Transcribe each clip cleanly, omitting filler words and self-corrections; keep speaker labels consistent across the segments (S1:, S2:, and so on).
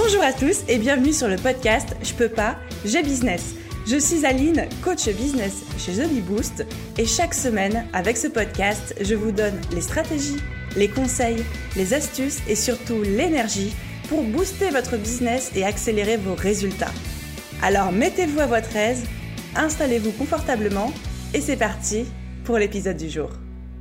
S1: Bonjour à tous et bienvenue sur le podcast Je peux pas, j'ai business. Je suis Aline, coach business chez The Bee Boost et chaque semaine, avec ce podcast, je vous donne les stratégies, les conseils, les astuces et surtout l'énergie pour booster votre business et accélérer vos résultats. Alors mettez-vous à votre aise, installez-vous confortablement et c'est parti pour l'épisode du jour.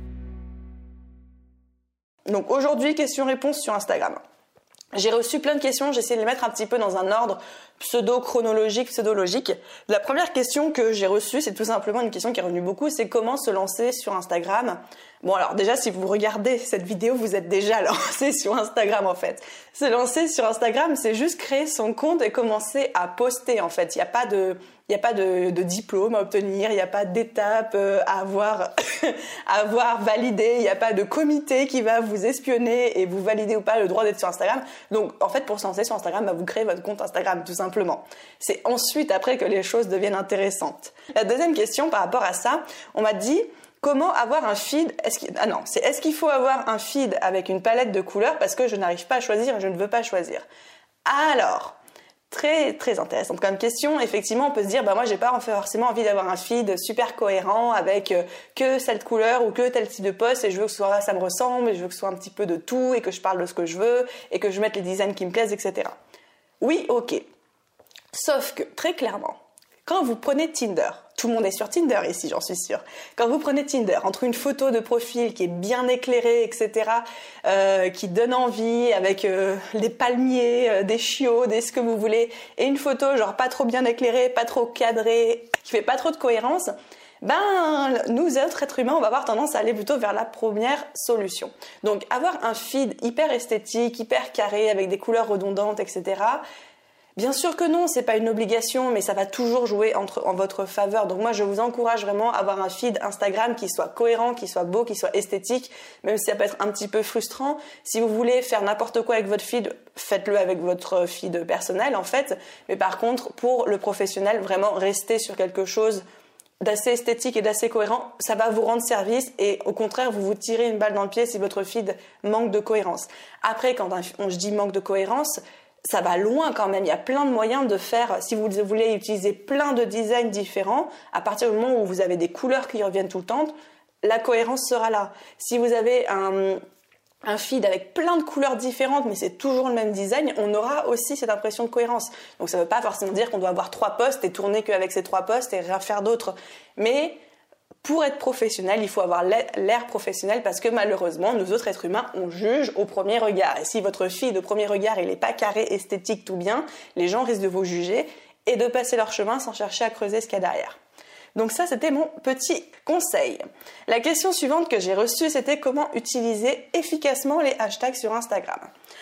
S2: Donc aujourd'hui, question-réponse sur Instagram. J'ai reçu plein de questions, j'ai essayé de les mettre un petit peu dans un ordre pseudo-chronologique, pseudo-logique. La première question que j'ai reçue, c'est tout simplement une question qui est revenue beaucoup, c'est comment se lancer sur Instagram. Bon alors déjà, si vous regardez cette vidéo, vous êtes déjà lancé sur Instagram en fait. Se lancer sur Instagram, c'est juste créer son compte et commencer à poster en fait. Il n'y a pas de diplôme à obtenir, il n'y a pas d'étape à avoir validé, il n'y a pas de comité qui va vous espionner et vous valider ou pas le droit d'être sur Instagram. Donc en fait, pour se lancer sur Instagram, vous créez votre compte Instagram tout simplement. C'est ensuite après que les choses deviennent intéressantes. La deuxième question par rapport à ça, on m'a dit comment avoir un feed. Est-ce qu'il faut avoir un feed avec une palette de couleurs parce que je n'arrive pas à choisir et je ne veux pas choisir. Alors, très très intéressante comme question. Effectivement, on peut se dire moi j'ai pas forcément envie d'avoir un feed super cohérent avec que cette couleur ou que tel type de post et je veux que ça me ressemble et je veux que ce soit un petit peu de tout et que je parle de ce que je veux et que je mette les designs qui me plaisent, etc. Oui, ok. Sauf que très clairement, quand vous prenez Tinder, tout le monde est sur Tinder ici, j'en suis sûre. Quand vous prenez Tinder, entre une photo de profil qui est bien éclairée, etc., qui donne envie, avec des palmiers, des chiots, ce que vous voulez, et une photo genre pas trop bien éclairée, pas trop cadrée, qui fait pas trop de cohérence, nous autres êtres humains, on va avoir tendance à aller plutôt vers la première solution. Donc avoir un feed hyper esthétique, hyper carré, avec des couleurs redondantes, etc., bien sûr que non, c'est pas une obligation, mais ça va toujours jouer en votre faveur. Donc moi, je vous encourage vraiment à avoir un feed Instagram qui soit cohérent, qui soit beau, qui soit esthétique, même si ça peut être un petit peu frustrant. Si vous voulez faire n'importe quoi avec votre feed, faites-le avec votre feed personnel en fait. Mais par contre, pour le professionnel, vraiment restez sur quelque chose d'assez esthétique et d'assez cohérent, ça va vous rendre service et au contraire, vous vous tirez une balle dans le pied si votre feed manque de cohérence. Après, quand je dis manque de cohérence, ça va loin quand même. Il y a plein de moyens de faire, si vous voulez utiliser plein de designs différents, à partir du moment où vous avez des couleurs qui reviennent tout le temps, la cohérence sera là. Si vous avez un feed avec plein de couleurs différentes, mais c'est toujours le même design, on aura aussi cette impression de cohérence. Donc ça ne veut pas forcément dire qu'on doit avoir 3 posts et tourner qu'avec ces 3 posts et rien faire d'autre. Mais pour être professionnel, il faut avoir l'air professionnel parce que malheureusement, nous autres êtres humains, on juge au premier regard. Et si votre feed au premier regard, il n'est pas carré, esthétique, tout bien, les gens risquent de vous juger et de passer leur chemin sans chercher à creuser ce qu'il y a derrière. Donc ça, c'était mon petit conseil. La question suivante que j'ai reçue, c'était comment utiliser efficacement les hashtags sur Instagram.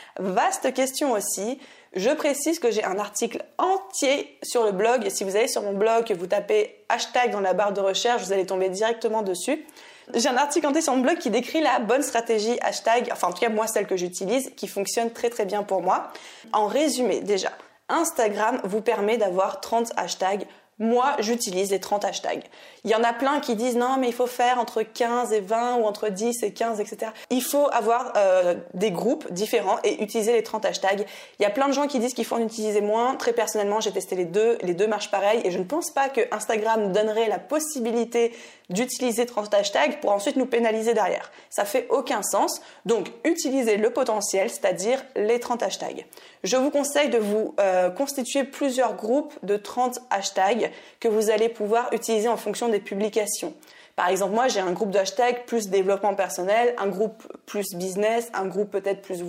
S2: Vaste question aussi. Je précise que j'ai un article entier sur le blog. Et si vous allez sur mon blog, que vous tapez hashtag dans la barre de recherche, vous allez tomber directement dessus. J'ai un article entier sur mon blog qui décrit la bonne stratégie hashtag, enfin en tout cas moi celle que j'utilise, qui fonctionne très très bien pour moi. En résumé, déjà, Instagram vous permet d'avoir 30 hashtags. Moi, j'utilise les 30 hashtags. Il y en a plein qui disent non, mais il faut faire entre 15 et 20 ou entre 10 et 15, etc. Il faut avoir des groupes différents et utiliser les 30 hashtags. Il y a plein de gens qui disent qu'il faut en utiliser moins. Très personnellement, j'ai testé les deux marchent pareil et je ne pense pas que Instagram nous donnerait la possibilité d'utiliser 30 hashtags pour ensuite nous pénaliser derrière. Ça fait aucun sens. Donc, utilisez le potentiel, c'est-à-dire les 30 hashtags. Je vous conseille de vous constituer plusieurs groupes de 30 hashtags que vous allez pouvoir utiliser en fonction des publications. Par exemple, moi, j'ai un groupe de hashtags plus développement personnel, un groupe plus business, un groupe peut-être plus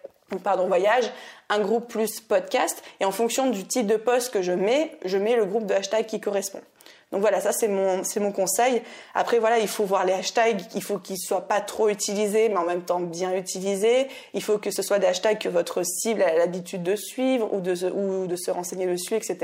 S2: voyage, un groupe plus podcast. Et en fonction du type de post que je mets le groupe de hashtags qui correspond. Donc voilà, ça c'est mon conseil. Après voilà, il faut voir les hashtags, il faut qu'ils soient pas trop utilisés, mais en même temps bien utilisés. Il faut que ce soit des hashtags que votre cible a l'habitude de suivre ou de se renseigner dessus, etc.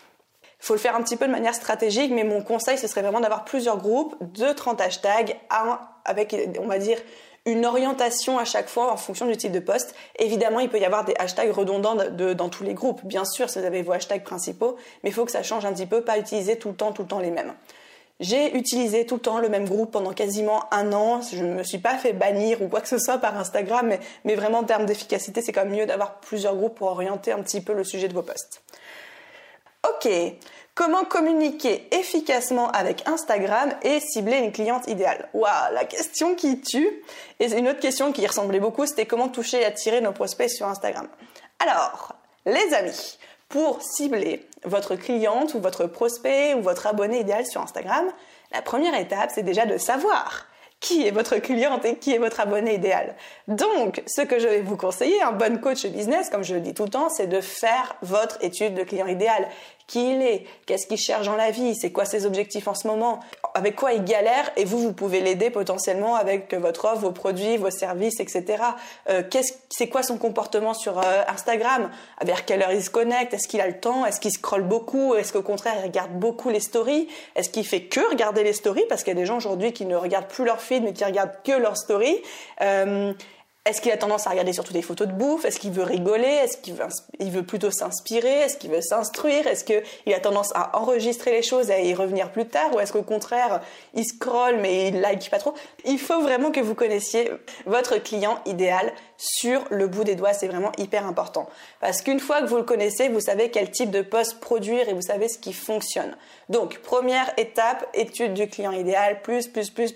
S2: Il faut le faire un petit peu de manière stratégique, mais mon conseil, ce serait vraiment d'avoir plusieurs groupes de 30 hashtags avec, on va dire, une orientation à chaque fois en fonction du type de post. Évidemment, il peut y avoir des hashtags redondants dans tous les groupes. Bien sûr, si vous avez vos hashtags principaux, mais il faut que ça change un petit peu, pas utiliser tout le temps les mêmes. J'ai utilisé tout le temps le même groupe pendant quasiment 1 an. Je ne me suis pas fait bannir ou quoi que ce soit par Instagram, mais vraiment en termes d'efficacité, c'est quand même mieux d'avoir plusieurs groupes pour orienter un petit peu le sujet de vos posts. Ok, comment communiquer efficacement avec Instagram et cibler une cliente idéale? Waouh, la question qui tue. Et une autre question qui y ressemblait beaucoup, c'était comment toucher et attirer nos prospects sur Instagram. Alors, les amis, pour cibler votre cliente ou votre prospect ou votre abonné idéal sur Instagram, la première étape, c'est déjà de savoir qui est votre cliente et qui est votre abonné idéal. Donc, ce que je vais vous conseiller, un bon coach business, comme je le dis tout le temps, c'est de faire votre étude de client idéal. Qui il est, qu'est-ce qu'il cherche dans la vie, c'est quoi ses objectifs en ce moment, avec quoi il galère, et vous pouvez l'aider potentiellement avec votre offre, vos produits, vos services, etc. C'est quoi son comportement sur Instagram, vers quelle heure il se connecte, est-ce qu'il a le temps, est-ce qu'il scrolle beaucoup, est-ce qu'au contraire il regarde beaucoup les stories, est-ce qu'il fait que regarder les stories, parce qu'il y a des gens aujourd'hui qui ne regardent plus leur feed mais qui regardent que leurs stories. Est-ce qu'il a tendance à regarder surtout des photos de bouffe? Est-ce qu'il veut rigoler? Est-ce qu'il veut plutôt s'inspirer? Est-ce qu'il veut s'instruire? Est-ce qu'il a tendance à enregistrer les choses et à y revenir plus tard? Ou est-ce qu'au contraire, il scrolle mais il like pas trop? Il faut vraiment que vous connaissiez votre client idéal sur le bout des doigts. C'est vraiment hyper important. Parce qu'une fois que vous le connaissez, vous savez quel type de post produire et vous savez ce qui fonctionne. Donc, première étape, étude du client idéal, plus.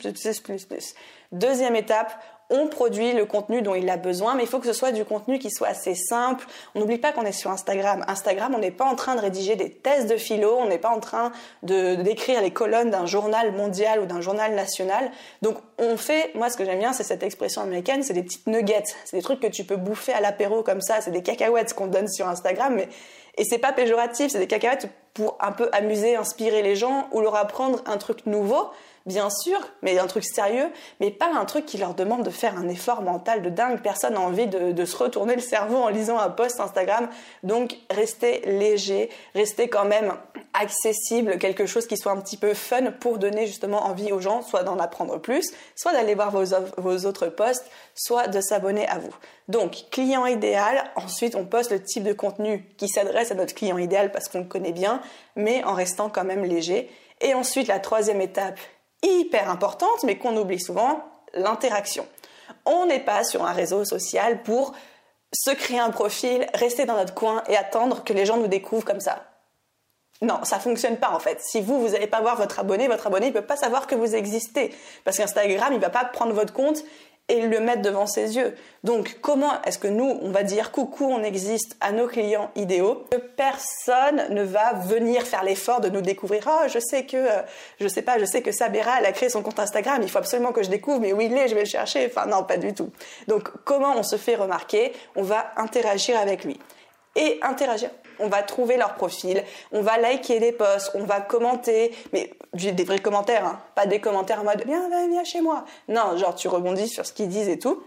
S2: Deuxième étape, on produit le contenu dont il a besoin, mais il faut que ce soit du contenu qui soit assez simple. On n'oublie pas qu'on est sur Instagram. Instagram, on n'est pas en train de rédiger des thèses de philo, on n'est pas en train d'écrire les colonnes d'un journal mondial ou d'un journal national. Donc, on fait, moi ce que j'aime bien, c'est cette expression américaine, c'est des petites nuggets. C'est des trucs que tu peux bouffer à l'apéro comme ça, c'est des cacahuètes qu'on donne sur Instagram, et c'est pas péjoratif, c'est des cacahuètes pour un peu amuser, inspirer les gens ou leur apprendre un truc nouveau. Bien sûr, mais un truc sérieux, mais pas un truc qui leur demande de faire un effort mental de dingue. Personne n'a envie de se retourner le cerveau en lisant un post Instagram. Donc, restez léger, restez quand même accessible, quelque chose qui soit un petit peu fun pour donner justement envie aux gens, soit d'en apprendre plus, soit d'aller voir vos autres posts, soit de s'abonner à vous. Donc, client idéal. Ensuite, on poste le type de contenu qui s'adresse à notre client idéal parce qu'on le connaît bien, mais en restant quand même léger. Et ensuite, la troisième étape, hyper importante, mais qu'on oublie souvent, l'interaction. On n'est pas sur un réseau social pour se créer un profil, rester dans notre coin et attendre que les gens nous découvrent comme ça. Non, ça fonctionne pas en fait. Si vous n'allez pas voir votre abonné il peut pas savoir que vous existez. Parce qu'Instagram, il va pas prendre votre compte et le mettre devant ses yeux. Donc, comment est-ce que nous, on va dire coucou, on existe à nos clients idéaux, que personne ne va venir faire l'effort de nous découvrir. Oh, je sais que Sabera, elle a créé son compte Instagram, il faut absolument que je découvre, mais où il est, je vais le chercher. Enfin, non, pas du tout. Donc, comment on se fait remarquer? On va interagir avec lui. Et interagir, on va trouver leur profil, on va liker des posts, on va commenter, mais des vrais commentaires, hein, pas des commentaires en mode viens chez moi. Non, genre tu rebondis sur ce qu'ils disent et tout.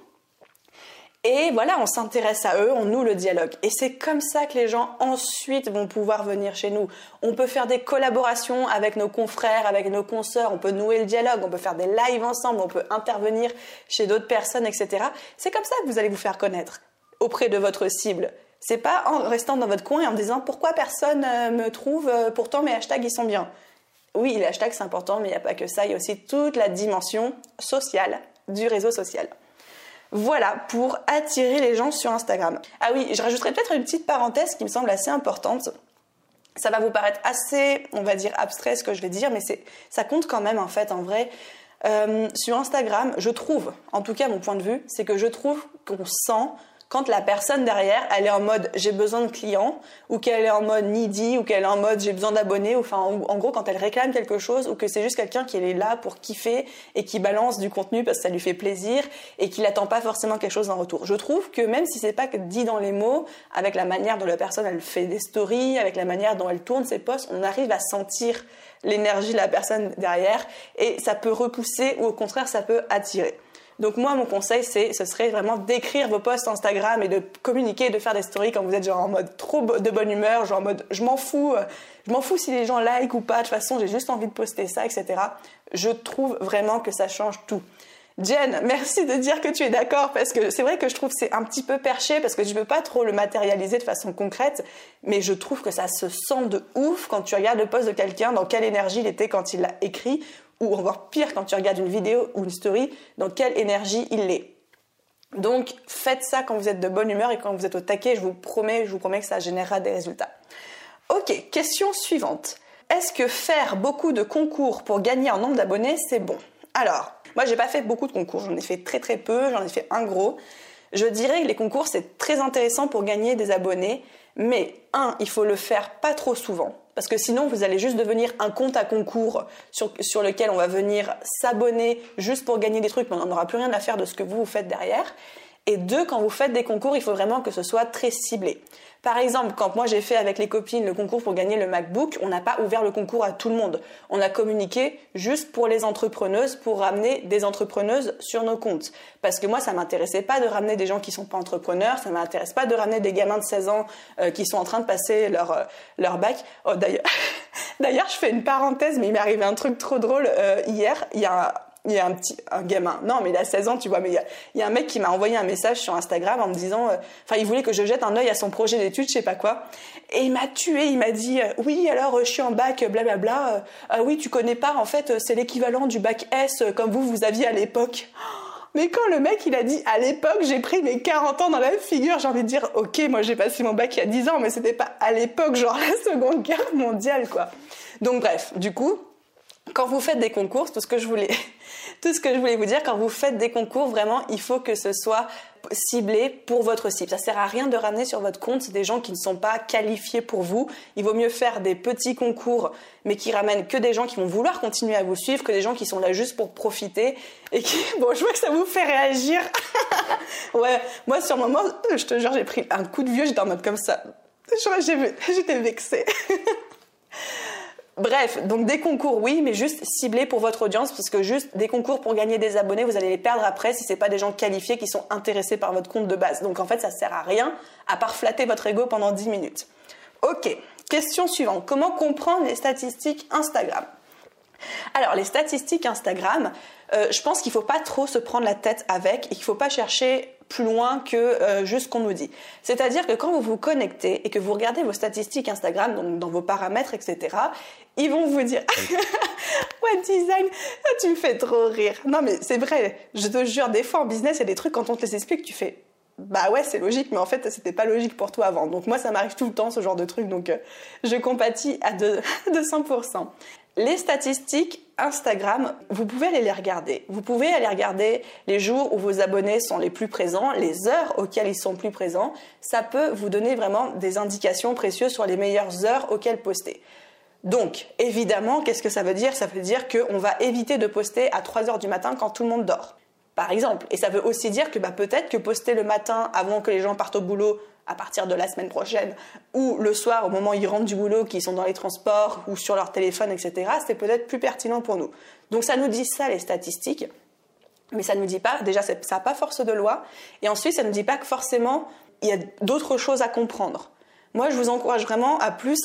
S2: Et voilà, on s'intéresse à eux, on noue le dialogue. Et c'est comme ça que les gens ensuite vont pouvoir venir chez nous. On peut faire des collaborations avec nos confrères, avec nos consoeurs, on peut nouer le dialogue, on peut faire des lives ensemble, on peut intervenir chez d'autres personnes, etc. C'est comme ça que vous allez vous faire connaître auprès de votre cible. C'est pas en restant dans votre coin et en disant pourquoi personne me trouve, pourtant mes hashtags ils sont bien. Oui, les hashtags c'est important, mais il n'y a pas que ça, il y a aussi toute la dimension sociale du réseau social. Voilà pour attirer les gens sur Instagram. Ah oui, je rajouterais peut-être une petite parenthèse qui me semble assez importante. Ça va vous paraître assez, on va dire, abstrait ce que je vais dire, mais ça compte quand même en fait, en vrai. Sur Instagram, je trouve, en tout cas mon point de vue, c'est que je trouve qu'on sent quand la personne derrière, elle est en mode j'ai besoin de clients, ou qu'elle est en mode needy, ou qu'elle est en mode j'ai besoin d'abonnés, ou enfin en gros quand elle réclame quelque chose, ou que c'est juste quelqu'un qui est là pour kiffer et qui balance du contenu parce que ça lui fait plaisir et qui n'attend pas forcément quelque chose en retour. Je trouve que même si c'est pas dit dans les mots, avec la manière dont la personne elle fait des stories, avec la manière dont elle tourne ses posts, on arrive à sentir l'énergie de la personne derrière et ça peut repousser ou au contraire ça peut attirer. Donc moi, mon conseil, ce serait vraiment d'écrire vos posts Instagram et de communiquer, de faire des stories quand vous êtes genre en mode trop de bonne humeur, genre en mode je m'en fous si les gens like ou pas, de toute façon j'ai juste envie de poster ça, etc. Je trouve vraiment que ça change tout. Jen, merci de dire que tu es d'accord parce que c'est vrai que je trouve que c'est un petit peu perché parce que je ne peux pas trop le matérialiser de façon concrète, mais je trouve que ça se sent de ouf quand tu regardes le post de quelqu'un, dans quelle énergie il était quand il l'a écrit, ou encore pire quand tu regardes une vidéo ou une story, dans quelle énergie il est. Donc faites ça quand vous êtes de bonne humeur et quand vous êtes au taquet, je vous promets que ça générera des résultats. Ok, question suivante. Est-ce que faire beaucoup de concours pour gagner un nombre d'abonnés, c'est bon ? Alors, moi j'ai pas fait beaucoup de concours, j'en ai fait très très peu, j'en ai fait un gros. Je dirais que les concours c'est très intéressant pour gagner des abonnés, mais il faut le faire pas trop souvent. Parce que sinon, vous allez juste devenir un compte à concours sur lequel on va venir s'abonner juste pour gagner des trucs, mais on n'aura plus rien à faire de ce que vous faites derrière. Et 2, quand vous faites des concours, il faut vraiment que ce soit très ciblé. Par exemple, quand moi j'ai fait avec les copines le concours pour gagner le MacBook, on n'a pas ouvert le concours à tout le monde. On a communiqué juste pour les entrepreneuses, pour ramener des entrepreneuses sur nos comptes. Parce que moi, ça m'intéressait pas de ramener des gens qui sont pas entrepreneurs, ça m'intéresse pas de ramener des gamins de 16 ans qui sont en train de passer leur bac. Oh, d'ailleurs, je fais une parenthèse, mais il m'est arrivé un truc trop drôle hier. Il y a un gamin, non mais il a 16 ans tu vois, mais il y a un mec qui m'a envoyé un message sur Instagram en me disant, il voulait que je jette un œil à son projet d'études, je sais pas quoi, et il m'a tué, il m'a dit, oui alors je suis en bac blablabla, oui tu connais pas, en fait c'est l'équivalent du bac S comme vous aviez à l'époque. Mais quand le mec il a dit à l'époque, j'ai pris mes 40 ans dans la figure, j'ai envie de dire, ok moi j'ai passé mon bac il y a 10 ans, mais c'était pas à l'époque, genre la Seconde Guerre mondiale quoi. Donc bref, du coup, quand vous faites des concours, tout ce que je voulais vous dire, quand vous faites des concours, vraiment, il faut que ce soit ciblé pour votre cible. Ça sert à rien de ramener sur votre compte des gens qui ne sont pas qualifiés pour vous. Il vaut mieux faire des petits concours, mais qui ramènent que des gens qui vont vouloir continuer à vous suivre, que des gens qui sont là juste pour profiter et qui, bon, je vois que ça vous fait réagir. Ouais, moi, sur le moment, je te jure, j'ai pris un coup de vieux, j'étais en mode comme ça. J'étais vexée. Bref, donc des concours oui, mais juste ciblés pour votre audience, parce que juste des concours pour gagner des abonnés, vous allez les perdre après si c'est pas des gens qualifiés qui sont intéressés par votre compte de base. Donc en fait, ça sert à rien à part flatter votre ego pendant 10 minutes. Ok, question suivante. Comment comprendre les statistiques Instagram ? Alors les statistiques Instagram, je pense qu'il faut pas trop se prendre la tête avec et qu'il faut pas chercher plus loin que juste ce qu'on nous dit. C'est-à-dire que quand vous vous connectez et que vous regardez vos statistiques Instagram, donc dans vos paramètres, etc., ils vont vous dire « Ouais, design, tu me fais trop rire. » Non mais c'est vrai, je te jure, des fois en business, il y a des trucs, quand on te les explique, tu fais « Bah ouais, c'est logique, mais en fait, c'était pas logique pour toi avant. » Donc moi, ça m'arrive tout le temps, ce genre de truc, donc je compatis à 200%. Les statistiques Instagram, vous pouvez aller les regarder. Vous pouvez aller regarder les jours où vos abonnés sont les plus présents, les heures auxquelles ils sont plus présents. Ça peut vous donner vraiment des indications précieuses sur les meilleures heures auxquelles poster. Donc, évidemment, qu'est-ce que ça veut dire ? Ça veut dire qu'on va éviter de poster à 3h du matin quand tout le monde dort, par exemple. Et ça veut aussi dire que peut-être que poster le matin avant que les gens partent au boulot, à partir de la semaine prochaine, ou le soir au moment où ils rentrent du boulot, qu'ils sont dans les transports ou sur leur téléphone, etc., c'est peut-être plus pertinent pour nous. Donc ça nous dit ça, les statistiques, mais ça ne nous dit pas, déjà ça n'a pas force de loi, et ensuite ça ne nous dit pas que forcément il y a d'autres choses à comprendre. Moi, je vous encourage vraiment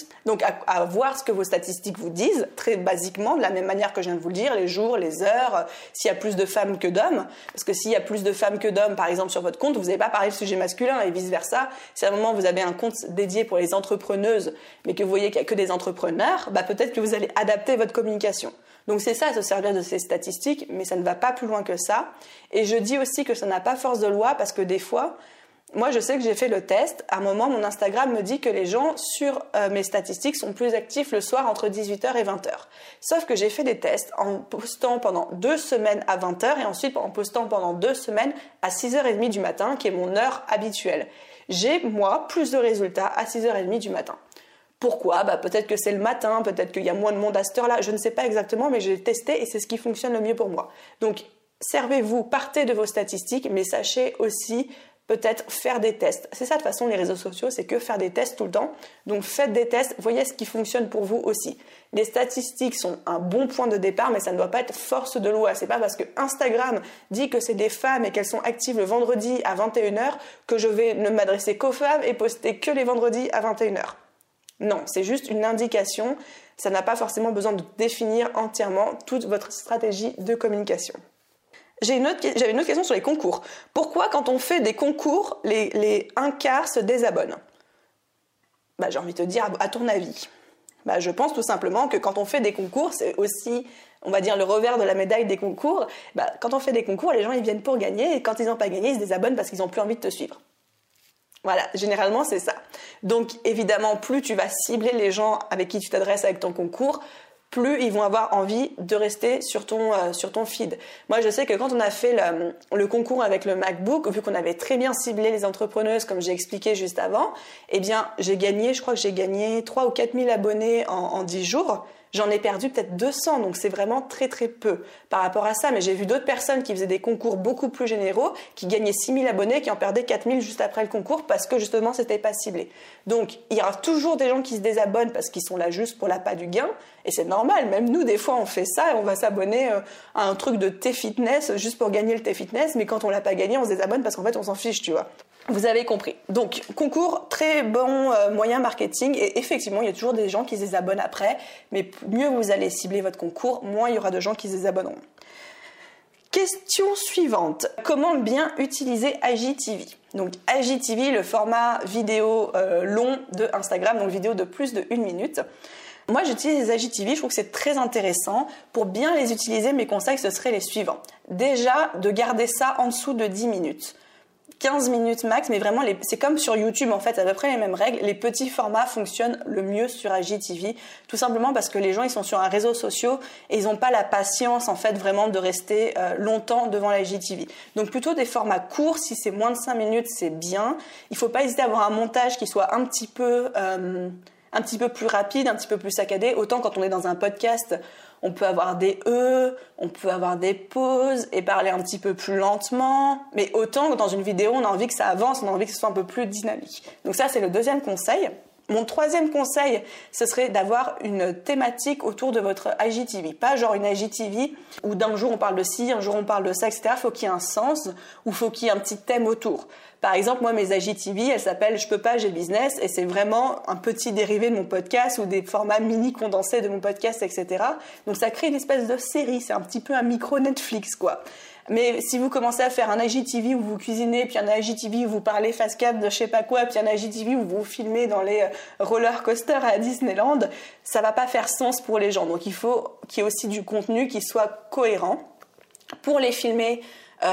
S2: à voir ce que vos statistiques vous disent, très basiquement, de la même manière que je viens de vous le dire, les jours, les heures, s'il y a plus de femmes que d'hommes. Parce que s'il y a plus de femmes que d'hommes, par exemple, sur votre compte, vous n'allez pas parler de sujet masculin et vice-versa. Si à un moment, vous avez un compte dédié pour les entrepreneuses, mais que vous voyez qu'il n'y a que des entrepreneurs, peut-être que vous allez adapter votre communication. Donc c'est ça, se servir de ces statistiques, mais ça ne va pas plus loin que ça. Et je dis aussi que ça n'a pas force de loi, parce que des fois, moi, je sais que j'ai fait le test. À un moment, mon Instagram me dit que les gens sur mes statistiques sont plus actifs le soir entre 18h et 20h. Sauf que j'ai fait des tests en postant pendant 2 semaines à 20h et ensuite en postant pendant 2 semaines à 6h30 du matin, qui est mon heure habituelle. J'ai, moi, plus de résultats à 6h30 du matin. Pourquoi ? Peut-être que c'est le matin, peut-être qu'il y a moins de monde à cette heure-là, je ne sais pas exactement, mais j'ai testé et c'est ce qui fonctionne le mieux pour moi. Donc, servez-vous, partez de vos statistiques, mais sachez aussi peut-être faire des tests. C'est ça de toute façon les réseaux sociaux, c'est que faire des tests tout le temps. Donc faites des tests, voyez ce qui fonctionne pour vous aussi. Les statistiques sont un bon point de départ, mais ça ne doit pas être force de loi. C'est pas parce que Instagram dit que c'est des femmes et qu'elles sont actives le vendredi à 21h que je vais ne m'adresser qu'aux femmes et poster que les vendredis à 21h. Non, c'est juste une indication. Ça n'a pas forcément besoin de définir entièrement toute votre stratégie de communication. J'avais une autre question sur les concours. Pourquoi quand on fait des concours, les un quart se désabonnent? J'ai envie de te dire, à ton avis. Je pense tout simplement que quand on fait des concours, c'est aussi, on va dire, le revers de la médaille des concours. Quand on fait des concours, les gens ils viennent pour gagner et quand ils n'ont pas gagné, ils se désabonnent parce qu'ils n'ont plus envie de te suivre. Voilà, généralement c'est ça. Donc évidemment, plus tu vas cibler les gens avec qui tu t'adresses avec ton concours, plus ils vont avoir envie de rester sur ton feed. Moi, je sais que quand on a fait le concours avec le MacBook, vu qu'on avait très bien ciblé les entrepreneuses, comme j'ai expliqué juste avant, je crois que j'ai gagné 3 ou 4 000 abonnés en 10 jours. J'en ai perdu peut-être 200, donc c'est vraiment très très peu par rapport à ça. Mais j'ai vu d'autres personnes qui faisaient des concours beaucoup plus généraux, qui gagnaient 6 000 abonnés, qui en perdaient 4 000 juste après le concours parce que justement c'était pas ciblé. Donc il y aura toujours des gens qui se désabonnent parce qu'ils sont là juste pour l'appât du gain. Et c'est normal, même nous des fois on fait ça et on va s'abonner à un truc de T-Fitness juste pour gagner le T-Fitness, mais quand on l'a pas gagné on se désabonne parce qu'en fait on s'en fiche, tu vois. Vous avez compris. Donc, concours, très bon moyen marketing. Et effectivement, il y a toujours des gens qui se désabonnent après. Mais mieux vous allez cibler votre concours, moins il y aura de gens qui se désabonneront. Question suivante. Comment bien utiliser IGTV? Donc, IGTV, le format vidéo long de Instagram, donc vidéo de plus de 1 minute. Moi, j'utilise les IGTV, je trouve que c'est très intéressant. Pour bien les utiliser, mes conseils, ce seraient les suivants. Déjà, de garder ça en dessous de 10 minutes. 15 minutes max, mais vraiment, c'est comme sur YouTube en fait, à peu près les mêmes règles. Les petits formats fonctionnent le mieux sur IGTV, tout simplement parce que les gens ils sont sur un réseau social et ils n'ont pas la patience en fait vraiment de rester longtemps devant la IGTV. Donc plutôt des formats courts, si c'est moins de 5 minutes, c'est bien. Il ne faut pas hésiter à avoir un montage qui soit un petit peu plus rapide, un petit peu plus saccadé. Autant quand on est dans un podcast, on peut avoir des on peut avoir des pauses et parler un petit peu plus lentement. Mais autant que dans une vidéo, on a envie que ça avance, on a envie que ce soit un peu plus dynamique. Donc ça, c'est le deuxième conseil. Mon troisième conseil, ce serait d'avoir une thématique autour de votre IGTV. Pas genre une IGTV où d'un jour on parle de ci, un jour on parle de ça, etc. Il faut qu'il y ait un sens ou faut qu'il y ait un petit thème autour. Par exemple, moi, mes IGTV, elles s'appellent « Je peux pas, j'ai business » et c'est vraiment un petit dérivé de mon podcast ou des formats mini condensés de mon podcast, etc. Donc, ça crée une espèce de série. C'est un petit peu un micro Netflix, quoi. Mais si vous commencez à faire un IGTV où vous cuisinez, puis un IGTV où vous parlez face cam de je sais pas quoi, puis un IGTV où vous filmez dans les roller coasters à Disneyland, ça va pas faire sens pour les gens. Donc, il faut qu'il y ait aussi du contenu qui soit cohérent. Pour les filmer,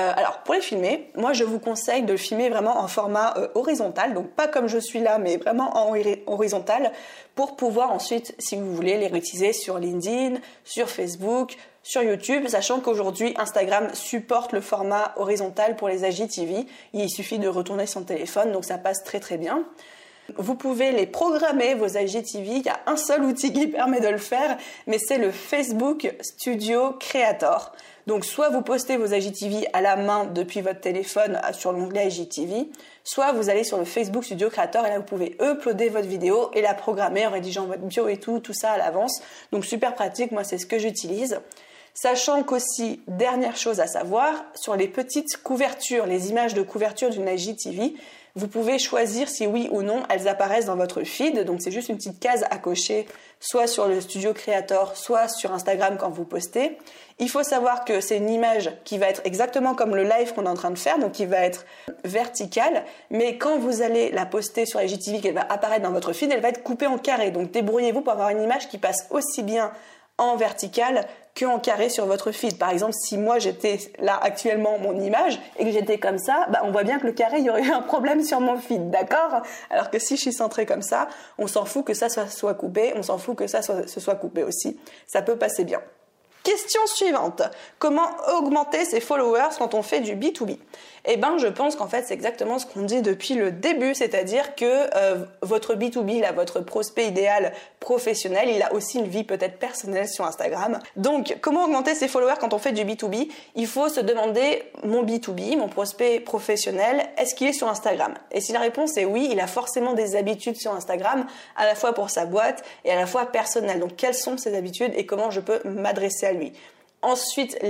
S2: moi je vous conseille de le filmer vraiment en format horizontal, donc pas comme je suis là, mais vraiment en horizontal, pour pouvoir ensuite, si vous voulez, les réutiliser sur LinkedIn, sur Facebook, sur YouTube, sachant qu'aujourd'hui Instagram supporte le format horizontal pour les IGTV. Il suffit de retourner son téléphone, donc ça passe très très bien. Vous pouvez les programmer, vos IGTV. Il y a un seul outil qui permet de le faire, mais c'est le Facebook Studio Creator. Donc, soit vous postez vos IGTV à la main depuis votre téléphone sur l'onglet IGTV, soit vous allez sur le Facebook Studio Creator et là, vous pouvez uploader votre vidéo et la programmer en rédigeant votre bio et tout ça à l'avance. Donc, super pratique. Moi, c'est ce que j'utilise. Sachant qu'aussi, dernière chose à savoir, sur les petites couvertures, les images de couverture d'une IGTV, vous pouvez choisir si oui ou non elles apparaissent dans votre feed. Donc c'est juste une petite case à cocher, soit sur le Studio Creator, soit sur Instagram quand vous postez. Il faut savoir que c'est une image qui va être exactement comme le live qu'on est en train de faire, donc qui va être verticale. Mais quand vous allez la poster sur IGTV, qu'elle va apparaître dans votre feed, elle va être coupée en carré. Donc débrouillez-vous pour avoir une image qui passe aussi bien en vertical qu'en carré sur votre feed. Par exemple, si moi j'étais là actuellement mon image et que j'étais comme ça, on voit bien que le carré, il y aurait eu un problème sur mon feed, d'accord? Alors que si je suis centrée comme ça, on s'en fout que ça soit coupé, on s'en fout que ça se soit coupé aussi. Ça peut passer bien. Question suivante. Comment augmenter ses followers quand on fait du B2B? Je pense qu'en fait, c'est exactement ce qu'on dit depuis le début, c'est-à-dire que votre B2B, là, votre prospect idéal professionnel, il a aussi une vie peut-être personnelle sur Instagram. Donc, comment augmenter ses followers quand on fait du B2B? Il faut se demander, mon B2B, mon prospect professionnel, est-ce qu'il est sur Instagram? Et si la réponse est oui, il a forcément des habitudes sur Instagram, à la fois pour sa boîte et à la fois personnelle. Donc, quelles sont ses habitudes et comment je peux m'adresser à lui? Ensuite,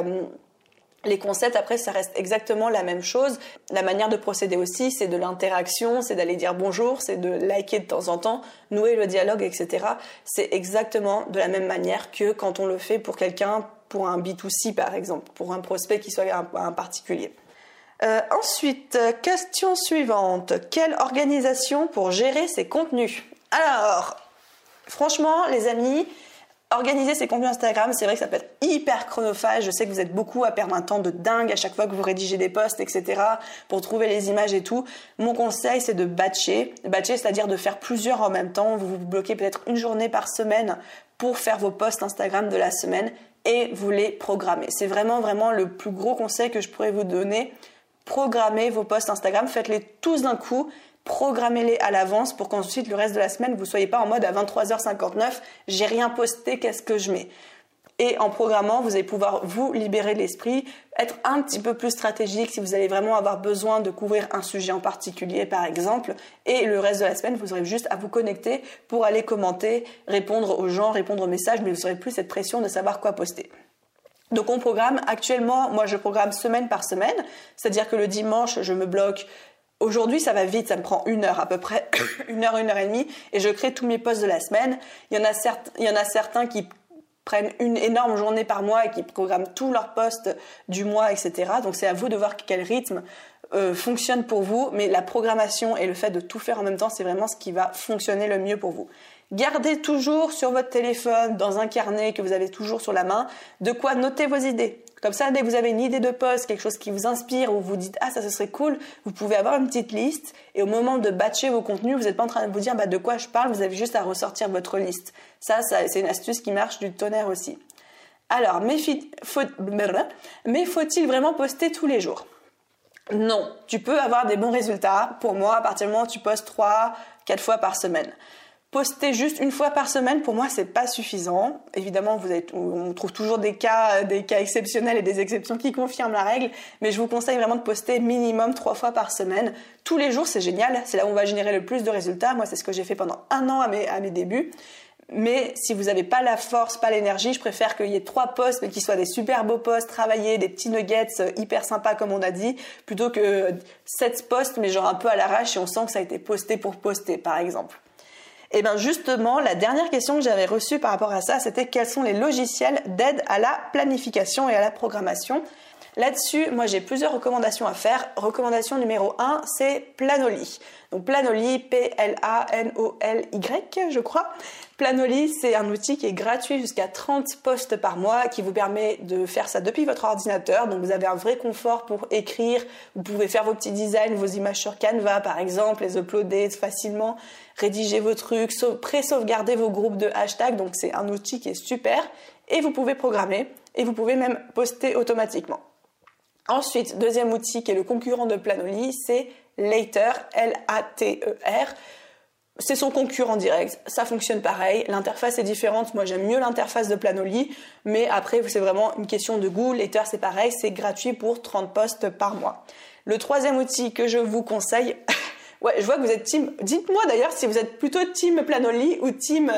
S2: les concepts, après, ça reste exactement la même chose. La manière de procéder aussi, c'est de l'interaction, c'est d'aller dire bonjour, c'est de liker de temps en temps, nouer le dialogue, etc. C'est exactement de la même manière que quand on le fait pour quelqu'un pour un B2C par exemple, pour un prospect qui soit un particulier. Ensuite, question suivante. Quelle organisation pour gérer ses contenus? Alors, franchement, les amis, organiser ses contenus Instagram, c'est vrai que ça peut être hyper chronophage. Je sais que vous êtes beaucoup à perdre un temps de dingue à chaque fois que vous rédigez des posts, etc. pour trouver les images et tout. Mon conseil, c'est de batcher. Batcher, c'est-à-dire de faire plusieurs en même temps. Vous vous bloquez peut-être une journée par semaine pour faire vos posts Instagram de la semaine et vous les programmez. C'est vraiment, vraiment le plus gros conseil que je pourrais vous donner. Programmez vos posts Instagram, faites-les tous d'un coup, programmez-les à l'avance pour qu'ensuite le reste de la semaine, vous ne soyez pas en mode à 23h59, j'ai rien posté, qu'est-ce que je mets? Et en programmant, vous allez pouvoir vous libérer l'esprit, être un petit peu plus stratégique si vous allez vraiment avoir besoin de couvrir un sujet en particulier par exemple. Et le reste de la semaine, vous aurez juste à vous connecter pour aller commenter, répondre aux gens, répondre aux messages, mais vous n'aurez plus cette pression de savoir quoi poster. Donc on programme actuellement, moi je programme semaine par semaine, c'est-à-dire que le dimanche je me bloque. Aujourd'hui ça va vite, ça me prend 1 heure à peu près, 1 heure et demie et je crée tous mes posts de la semaine. Il y en a certains qui prennent une énorme journée par mois et qui programment tous leurs posts du mois, etc. Donc c'est à vous de voir quel rythme fonctionne pour vous, mais la programmation et le fait de tout faire en même temps, c'est vraiment ce qui va fonctionner le mieux pour vous. Gardez toujours sur votre téléphone, dans un carnet que vous avez toujours sur la main, de quoi noter vos idées. Comme ça, dès que vous avez une idée de post, quelque chose qui vous inspire ou vous dites « Ah, ça ce serait cool », vous pouvez avoir une petite liste et au moment de batcher vos contenus, vous n'êtes pas en train de vous dire de quoi je parle, vous avez juste à ressortir votre liste. Ça c'est une astuce qui marche du tonnerre aussi. Alors, mais faut-il vraiment poster tous les jours? Non, tu peux avoir des bons résultats. Pour moi, à partir du moment où tu postes 3-4 fois par semaine. Poster juste 1 fois par semaine, pour moi, c'est pas suffisant. Évidemment, on trouve toujours des cas exceptionnels et des exceptions qui confirment la règle, mais je vous conseille vraiment de poster minimum 3 fois par semaine. Tous les jours, c'est génial. C'est là où on va générer le plus de résultats. Moi, c'est ce que j'ai fait pendant 1 an à mes débuts. Mais si vous n'avez pas la force, pas l'énergie, je préfère qu'il y ait 3 posts, mais qu'ils soient des super beaux posts, travaillés, des petits nuggets hyper sympas comme on a dit, plutôt que 7 posts, mais genre un peu à l'arrache et on sent que ça a été posté pour poster, par exemple. Et bien justement, la dernière question que j'avais reçue par rapport à ça, c'était quels sont les logiciels d'aide à la planification et à la programmation. Là-dessus, moi j'ai plusieurs recommandations à faire. Recommandation numéro 1, c'est Planoly. Donc Planoly, Planoly, je crois. Planoly, c'est un outil qui est gratuit jusqu'à 30 posts par mois qui vous permet de faire ça depuis votre ordinateur. Donc vous avez un vrai confort pour écrire. Vous pouvez faire vos petits designs, vos images sur Canva par exemple, les uploader facilement, rédiger vos trucs, pré-sauvegarder vos groupes de hashtags. Donc c'est un outil qui est super et vous pouvez programmer et vous pouvez même poster automatiquement. Ensuite, deuxième outil qui est le concurrent de Planoly, c'est Later, L-A-T-E-R. C'est son concurrent direct, ça fonctionne pareil, l'interface est différente, moi j'aime mieux l'interface de Planoly, mais après c'est vraiment une question de goût. Later c'est pareil, c'est gratuit pour 30 posts par mois. Le troisième outil que je vous conseille, ouais, je vois que vous êtes team, dites-moi d'ailleurs si vous êtes plutôt team Planoly ou team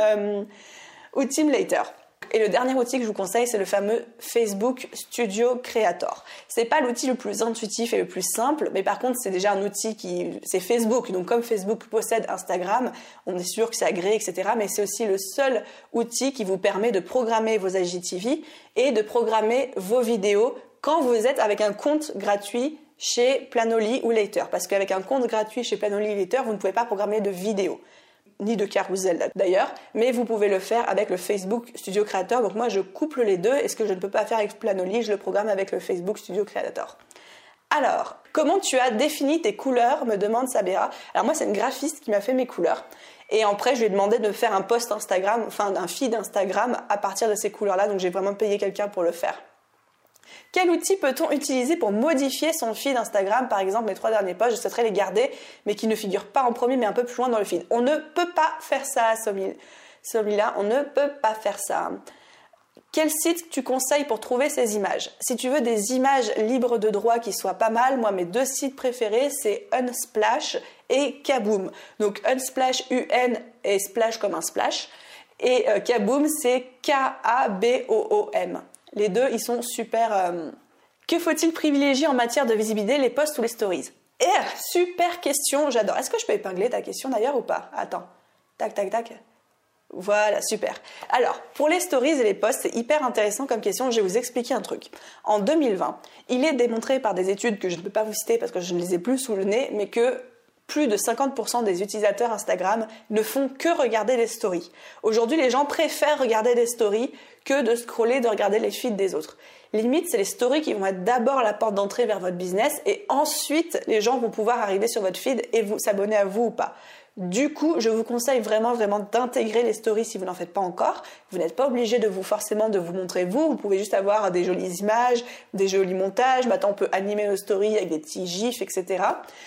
S2: Later. Et le dernier outil que je vous conseille, c'est le fameux Facebook Studio Creator. C'est pas l'outil le plus intuitif et le plus simple, mais par contre, c'est déjà un outil c'est Facebook. Donc, comme Facebook possède Instagram, on est sûr que c'est agréé, etc. Mais c'est aussi le seul outil qui vous permet de programmer vos IGTV et de programmer vos vidéos quand vous êtes avec un compte gratuit chez Planoly ou Later. Parce qu'avec un compte gratuit chez Planoly ou Later, vous ne pouvez pas programmer de vidéos. Ni de carousel d'ailleurs, mais vous pouvez le faire avec le Facebook Studio Creator. Donc moi je couple les deux et ce que je ne peux pas faire avec Planoly, je le programme avec le Facebook Studio Creator. Alors, comment tu as défini tes couleurs, me demande Sabéa. Alors moi c'est une graphiste qui m'a fait mes couleurs et après je lui ai demandé de faire un post Instagram, enfin un feed Instagram à partir de ces couleurs-là, donc j'ai vraiment payé quelqu'un pour le faire. Quel outil peut-on utiliser pour modifier son feed Instagram? Par exemple, mes 3 derniers posts, je souhaiterais les garder, mais qui ne figurent pas en premier, mais un peu plus loin dans le feed. On ne peut pas faire ça, celui-là, on ne peut pas faire ça. Quel site tu conseilles pour trouver ces images? Si tu veux des images libres de droit qui soient pas mal, moi mes 2 sites préférés, c'est Unsplash et Kaboom. Donc Unsplash, UN et Splash comme un splash. Et Kaboom, c'est K-A-B-O-O-M. Les deux, ils sont super... Que faut-il privilégier en matière de visibilité, les posts ou les stories? Super question, j'adore. Est-ce que je peux épingler ta question d'ailleurs ou pas? Attends. Tac, tac, tac. Voilà, super. Alors, pour les stories et les posts, c'est hyper intéressant comme question. Je vais vous expliquer un truc. En 2020, il est démontré par des études que je ne peux pas vous citer parce que je ne les ai plus sous le nez, mais que plus de 50% des utilisateurs Instagram ne font que regarder les stories. Aujourd'hui, les gens préfèrent regarder les stories que de scroller, de regarder les feeds des autres. Limite, c'est les stories qui vont être d'abord la porte d'entrée vers votre business et ensuite, les gens vont pouvoir arriver sur votre feed et vous s'abonner à vous ou pas. Du coup, je vous conseille vraiment d'intégrer les stories si vous n'en faites pas encore. Vous n'êtes pas obligé forcément de vous montrer vous. Vous pouvez juste avoir des jolies images, des jolis montages. Maintenant, on peut animer nos stories avec des petits gifs, etc.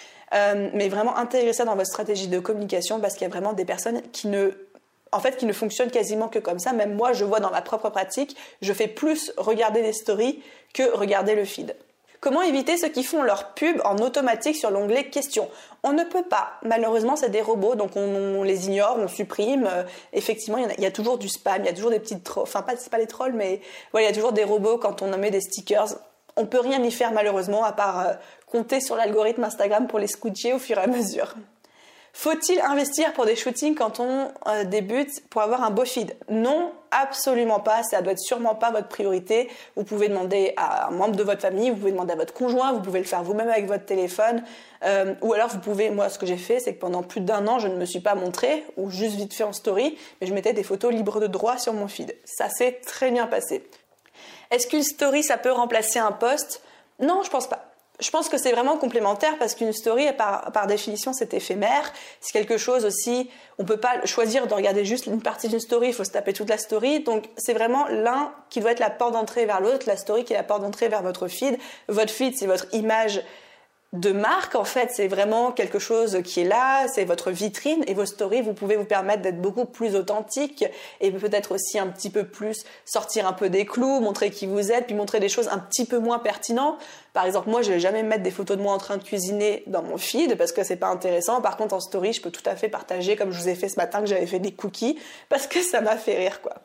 S2: Mais vraiment intégrer ça dans votre stratégie de communication parce qu'il y a vraiment des personnes qui ne fonctionnent quasiment que comme ça. Même moi, je vois dans ma propre pratique, je fais plus regarder les stories que regarder le feed. Comment éviter ceux qui font leur pub en automatique sur l'onglet questions? On ne peut pas. Malheureusement, c'est des robots, donc on les ignore, on supprime. Effectivement, il y a toujours du spam, il y a toujours des petites trolls. Enfin, c'est pas les trolls, mais voilà, il y a toujours des robots quand on met des stickers. On peut rien y faire malheureusement, à part compter sur l'algorithme Instagram pour les scotcher au fur et à mesure. Faut-il investir pour des shootings quand on débute pour avoir un beau feed? Non, absolument pas. Ça doit être sûrement pas votre priorité. Vous pouvez demander à un membre de votre famille, vous pouvez demander à votre conjoint, vous pouvez le faire vous-même avec votre téléphone. Ou alors moi ce que j'ai fait, c'est que pendant plus d'1 an, je ne me suis pas montrée, ou juste vite fait en story, mais je mettais des photos libres de droit sur mon feed. Ça s'est très bien passé. Est-ce qu'une story, ça peut remplacer un post? Non, je pense pas. Je pense que c'est vraiment complémentaire parce qu'une story, par définition, c'est éphémère. C'est quelque chose aussi, on peut pas choisir de regarder juste une partie d'une story, il faut se taper toute la story. Donc, c'est vraiment l'un qui doit être la porte d'entrée vers l'autre, la story qui est la porte d'entrée vers votre feed. Votre feed, c'est votre image de marque, en fait, c'est vraiment quelque chose qui est là, c'est votre vitrine et vos stories, vous pouvez vous permettre d'être beaucoup plus authentique et peut-être aussi un petit peu plus sortir un peu des clous, montrer qui vous êtes, puis montrer des choses un petit peu moins pertinentes. Par exemple, moi, je vais jamais mettre des photos de moi en train de cuisiner dans mon feed parce que c'est pas intéressant. Par contre, en story, je peux tout à fait partager, comme je vous ai fait ce matin, que j'avais fait des cookies parce que ça m'a fait rire, quoi.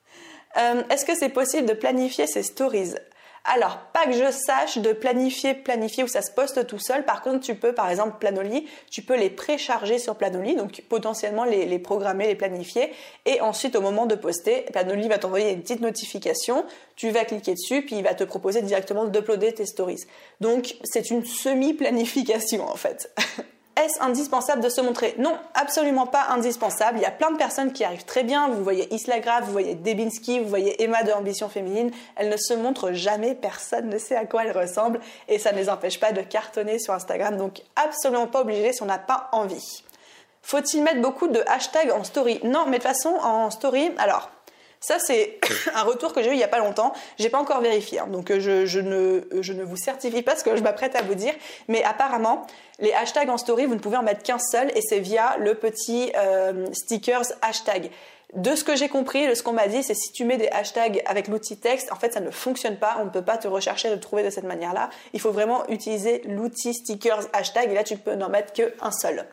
S2: Est-ce que c'est possible de planifier ces stories? Alors, pas que je sache de planifier où ça se poste tout seul. Par contre, tu peux, par exemple, Planoly, tu peux les précharger sur Planoly, donc potentiellement les programmer, les planifier. Et ensuite, au moment de poster, Planoly va t'envoyer une petite notification. Tu vas cliquer dessus, puis il va te proposer directement d'uploader tes stories. Donc, c'est une semi-planification, en fait. Est-ce indispensable de se montrer? Non, absolument pas indispensable. Il y a plein de personnes qui arrivent très bien. Vous voyez Isla Grave, vous voyez Debinski, vous voyez Emma de Ambition Féminine. Elles ne se montrent jamais, personne ne sait à quoi elles ressemblent et ça ne les empêche pas de cartonner sur Instagram. Donc absolument pas obligé si on n'a pas envie. Faut-il mettre beaucoup de hashtags en story? Non, mais de toute façon, en story, alors... Ça, c'est un retour que j'ai eu il n'y a pas longtemps. J'ai pas encore vérifié, hein, donc je ne vous certifie pas ce que je m'apprête à vous dire. Mais apparemment, les hashtags en story, vous ne pouvez en mettre qu'un seul et c'est via le petit stickers hashtag. De ce que j'ai compris, de ce qu'on m'a dit, c'est si tu mets des hashtags avec l'outil texte, en fait, ça ne fonctionne pas. On ne peut pas te rechercher et te trouver de cette manière-là. Il faut vraiment utiliser l'outil stickers hashtag et là, tu peux n'en mettre qu'un seul.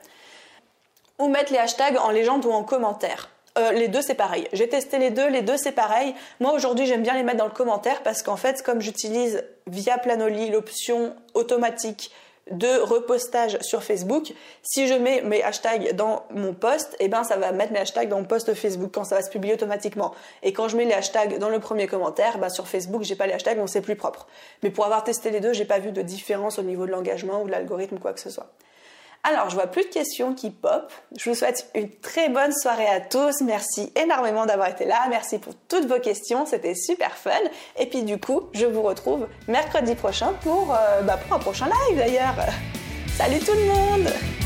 S2: Ou mettre les hashtags en légende ou en commentaire. Les deux c'est pareil, j'ai testé les deux c'est pareil. Moi aujourd'hui j'aime bien les mettre dans le commentaire parce qu'en fait comme j'utilise via Planoly l'option automatique de repostage sur Facebook, si je mets mes hashtags dans mon post, et ben ça va mettre mes hashtags dans mon post Facebook quand ça va se publier automatiquement. Et quand je mets les hashtags dans le premier commentaire, ben sur Facebook j'ai pas les hashtags donc c'est plus propre. Mais pour avoir testé les deux, j'ai pas vu de différence au niveau de l'engagement ou de l'algorithme ou quoi que ce soit. Alors, je vois plus de questions qui pop. Je vous souhaite une très bonne soirée à tous. Merci énormément d'avoir été là. Merci pour toutes vos questions. C'était super fun. Et puis du coup, je vous retrouve mercredi prochain pour un prochain live d'ailleurs. Salut tout le monde!